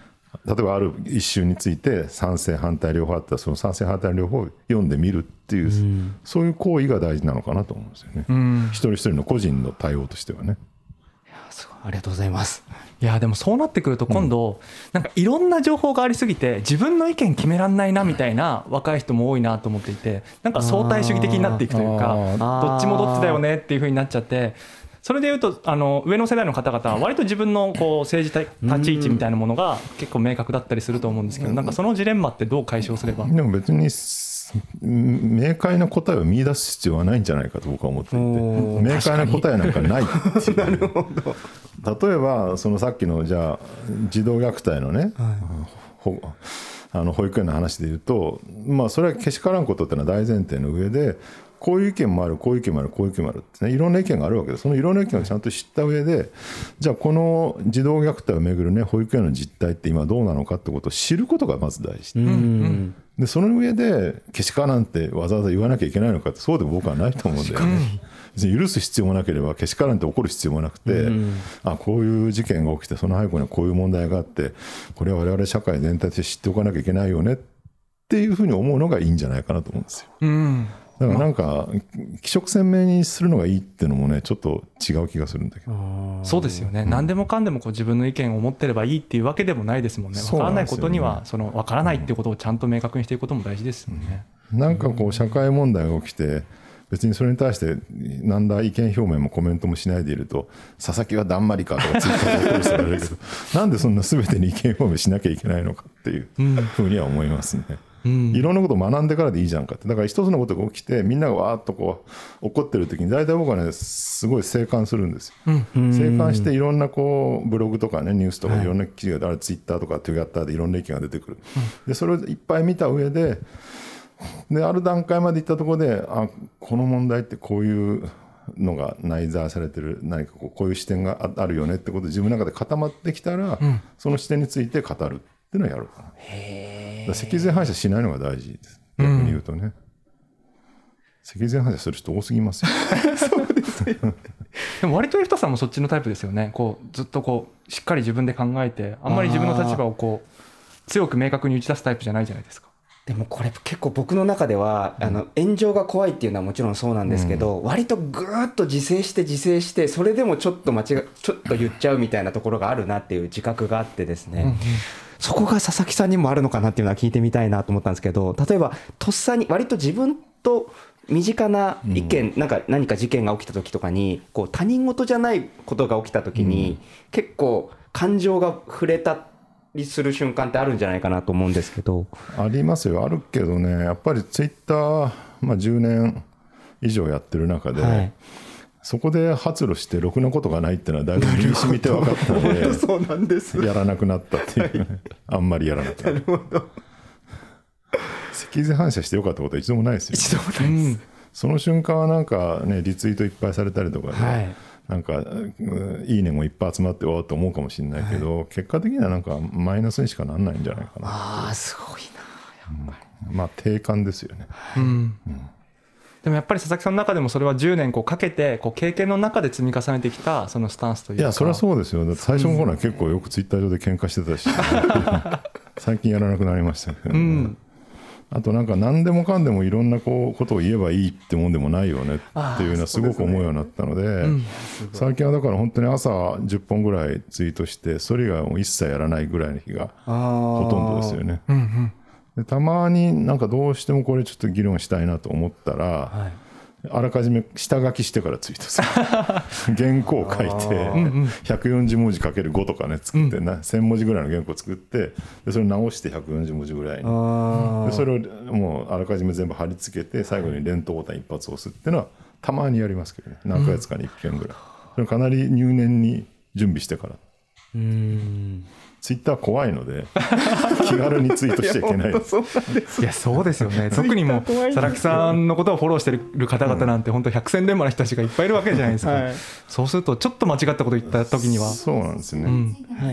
例えばある一周について賛成反対両方あったらその賛成反対両方を読んでみるっていう、うん、そういう行為が大事なのかなと思うんですよね、うん、一人一人の個人の対応としてはね。 いやすごいありがとうございます。 いやでもそうなってくると今度、うん、なんかいろんな情報がありすぎて自分の意見決めらんないなみたいな若い人も多いなと思っていて、なんか相対主義的になっていくというかどっちもどっちだよねっていう風になっちゃって、それでいうとあの上の世代の方々は割と自分のこう政治立ち位置みたいなものが結構明確だったりすると思うんですけど、なんかそのジレンマってどう解消すれば。 でも別に明快な答えを見出す必要はないんじゃないかと僕は思っていて、明快な答えなんかないっていうなるほど。例えばそのさっきのじゃあ児童虐待のね、はい、あの保育園の話でいうと、まあそれはけしからんことっていうのは大前提の上で、こういう意見もあるこういう意見もあるこういう意見もあるって、ね、いろんな意見があるわけで、そのいろんな意見をちゃんと知った上で、じゃあこの児童虐待をめぐるね保育園の実態って今どうなのかってことを知ることがまず大事、うんうん、でその上でけしからんってわざわざ言わなきゃいけないのかって、そうでも僕はないと思うんだよね。別に許す必要もなければけしからんって怒る必要もなくて、うん、あこういう事件が起きてその背後にはこういう問題があって、これは我々社会全体で知っておかなきゃいけないよねっていうふうに思うのがいいんじゃないかなと思うんですよ、うん、だからなんか気色鮮明にするのがいいっていうのもねちょっと違う気がするんだけど。 そうですよね、うん、何でもかんでもこう自分の意見を持ってればいいっていうわけでもないですもんね。分からないことにはその分からないっていうことをちゃんと明確にしていくことも大事ですよね、 うん、なんかこう社会問題が起きて別にそれに対して何ら意見表明もコメントもしないでいると、佐々木はだんまりかとかツイッターで怒る人がいるけどなんでそんな全てに意見表明しなきゃいけないのかっていうふうには思いますね、うん、いろんなことを学んでからでいいじゃんかって。だから一つのことが起きてみんながわーっとこう怒ってる時に大体僕はねすごい静観するんですよ、うん、静観していろんなこうブログとかねニュースとかいろんな記事がある、ツイッターとかトゥギャッターでいろんな意見が出てくる、うん、でそれをいっぱい見た上でである段階までいったところで、あこの問題ってこういうのが内在されてる、何かこうこういう視点があるよねってことで自分の中で固まってきたら、うん、その視点について語るっていうのをやるかな。へー、脊髄反射しないのが大事です、逆に言うとね、うん、脊髄反射する人多すぎますよそうですよでも割とエフタさんもそっちのタイプですよね。こうずっとこうしっかり自分で考えて、あんまり自分の立場をこう強く明確に打ち出すタイプじゃないじゃないですか。 でもこれ結構僕の中では、うん、あの炎上が怖いっていうのはもちろんそうなんですけど、うん、割とぐーっと自制して自制してそれでもちょっと間違ちょっと言っちゃうみたいなところがあるなっていう自覚があってですね、うんうん、そこが佐々木さんにもあるのかなっていうのは聞いてみたいなと思ったんですけど、例えばとっさに割と自分と身近な意見、うん、なんか何か事件が起きた時とかにこう他人事じゃないことが起きた時に、うん、結構感情が触れたりする瞬間ってあるんじゃないかなと思うんですけど。 ありますよ、あるけどね、やっぱりツイッター、まあ、じゅうねん以上やってる中で、はい、そこで発露してろくなことがないっていうのはだいぶ身に染みて分かったのでそうなんです、 やらなくなったっていう、ね、はい、あんまりやらなくなった。なるほど。脊髄反射してよかったことは一度もないですよ、ね、 一度もないです、うん、 その瞬間はなんかねリツイートいっぱいされたりとかで、はい、なんかいいねもいっぱい集まっておーと思うかもしれないけど、はい、結果的にはなんかマイナスにしかならないんじゃないかな。 あーすごいな、やっぱり、 うん、まあ定感ですよね、 うんうん、でもやっぱり佐々木さんの中でもそれはじゅうねんこうかけてこう経験の中で積み重ねてきたそのスタンスというか。 いやそれはそうですよ。だって最初の頃は結構よくツイッター上で喧嘩してたし最近やらなくなりましたけど、ね、うん、あとなんか何でもかんでもいろんなこうことを言えばいいってもんでもないよねっていうのはすごく思うようになったので、うん、最近はだから本当に朝じゅっぽんぐらいツイートしてそれ以外はもう一切やらないぐらいの日がほとんどですよね、うんうん、でたまになんかどうしてもこれちょっと議論したいなと思ったら、はい、あらかじめ下書きしてからツイートする原稿を書いてひゃくよんじゅうもじかけるごとかね作ってな、うん、せんもじぐらいの原稿を作ってでそれを直してひゃくよんじゅうもじぐらいにでそれをもうあらかじめ全部貼り付けて最後に連投ボタン一発押すっていうのはたまにやりますけどね。何ヶ月かにいっけんぐらい、それかなり入念に準備してから。うーんツイッター怖いので気軽にツイートしちゃいけない。いやそうですよね。特にもう佐々木さんのことをフォローしてる方々なんて本当百戦錬磨な人たちがいっぱいいるわけじゃないですか、はい、そうするとちょっと間違ったこと言った時にはそうなんですよね、うんはい、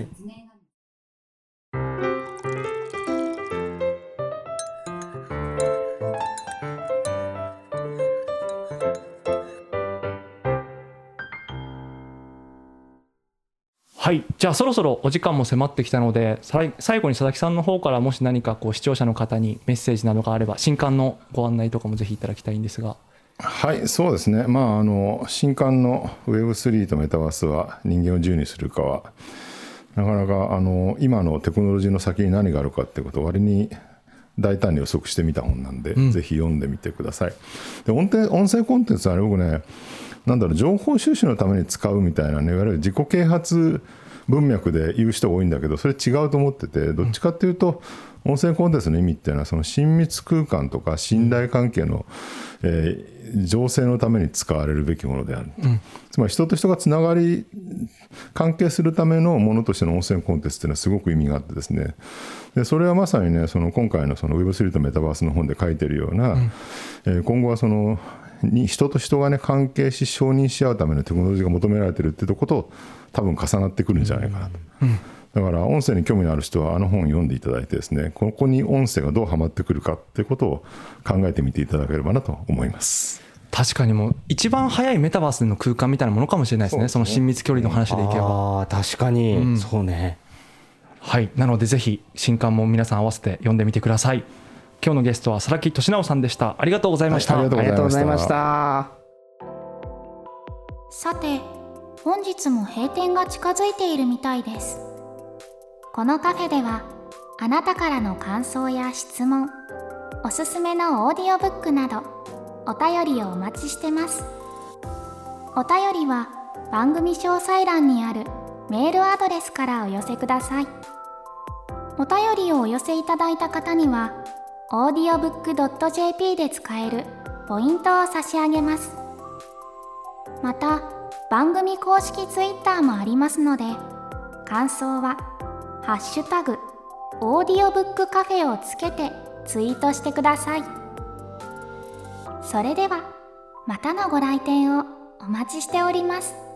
はい、じゃあそろそろお時間も迫ってきたので、最後に佐々木さんの方からもし何かこう視聴者の方にメッセージなどがあれば、新刊のご案内とかもぜひいただきたいんですが。 はい、そうですね、まあ、あの新刊の ウェブスリー とメタバースは人間を自由にするかはなかなかあの今のテクノロジーの先に何があるかってことを割に大胆に予測してみた本なんで、うん、ぜひ読んでみてください。で音声、音声コンテンツはね、僕ね、なんだろう、情報収集のために使うみたいなね、いわゆる自己啓発文脈で言う人が多いんだけど、それ違うと思ってて、どっちかっていうと、音声コンテンツの意味っていうのはその親密空間とか信頼関係の、えー、醸成のために使われるべきものである、うん、つまり人と人がつながり関係するためのものとしての音声コンテンツっていうのはすごく意味があってですね、でそれはまさにね、その今回のその ウェブスリー とメタバースの本で書いてるような、うんえー、今後はそのに人と人がね関係し承認し合うためのテクノロジーが求められてるっていうとこと多分重なってくるんじゃないかなと、うんうん、だから音声に興味のある人はあの本を読んでいただいてですね、ここに音声がどうはまってくるかっていうことを考えてみていただければなと思います。 確かにもう一番早いメタバースの空間みたいなものかもしれないですね。 そ, その親密距離の話でいけば、 あ確かに、うん、そうね。 はい、なのでぜひ新刊も皆さん合わせて読んでみてください。今日のゲストは佐々木俊直さんでした。ありがとうございました。 はい、ありがとうございました。 さて本日も閉店が近づいているみたいです。このカフェではあなたからの感想や質問、おすすめのオーディオブックなどお便りをお待ちしてます。お便りは番組詳細欄にあるメールアドレスからお寄せください。お便りをお寄せいただいた方にはオーディオブックドットジェーピー で使えるポイントを差し上げます。また番組公式ツイッターもありますので、感想はハッシュタグオーディオブックカフェをつけてツイートしてください。それではまたのご来店をお待ちしております。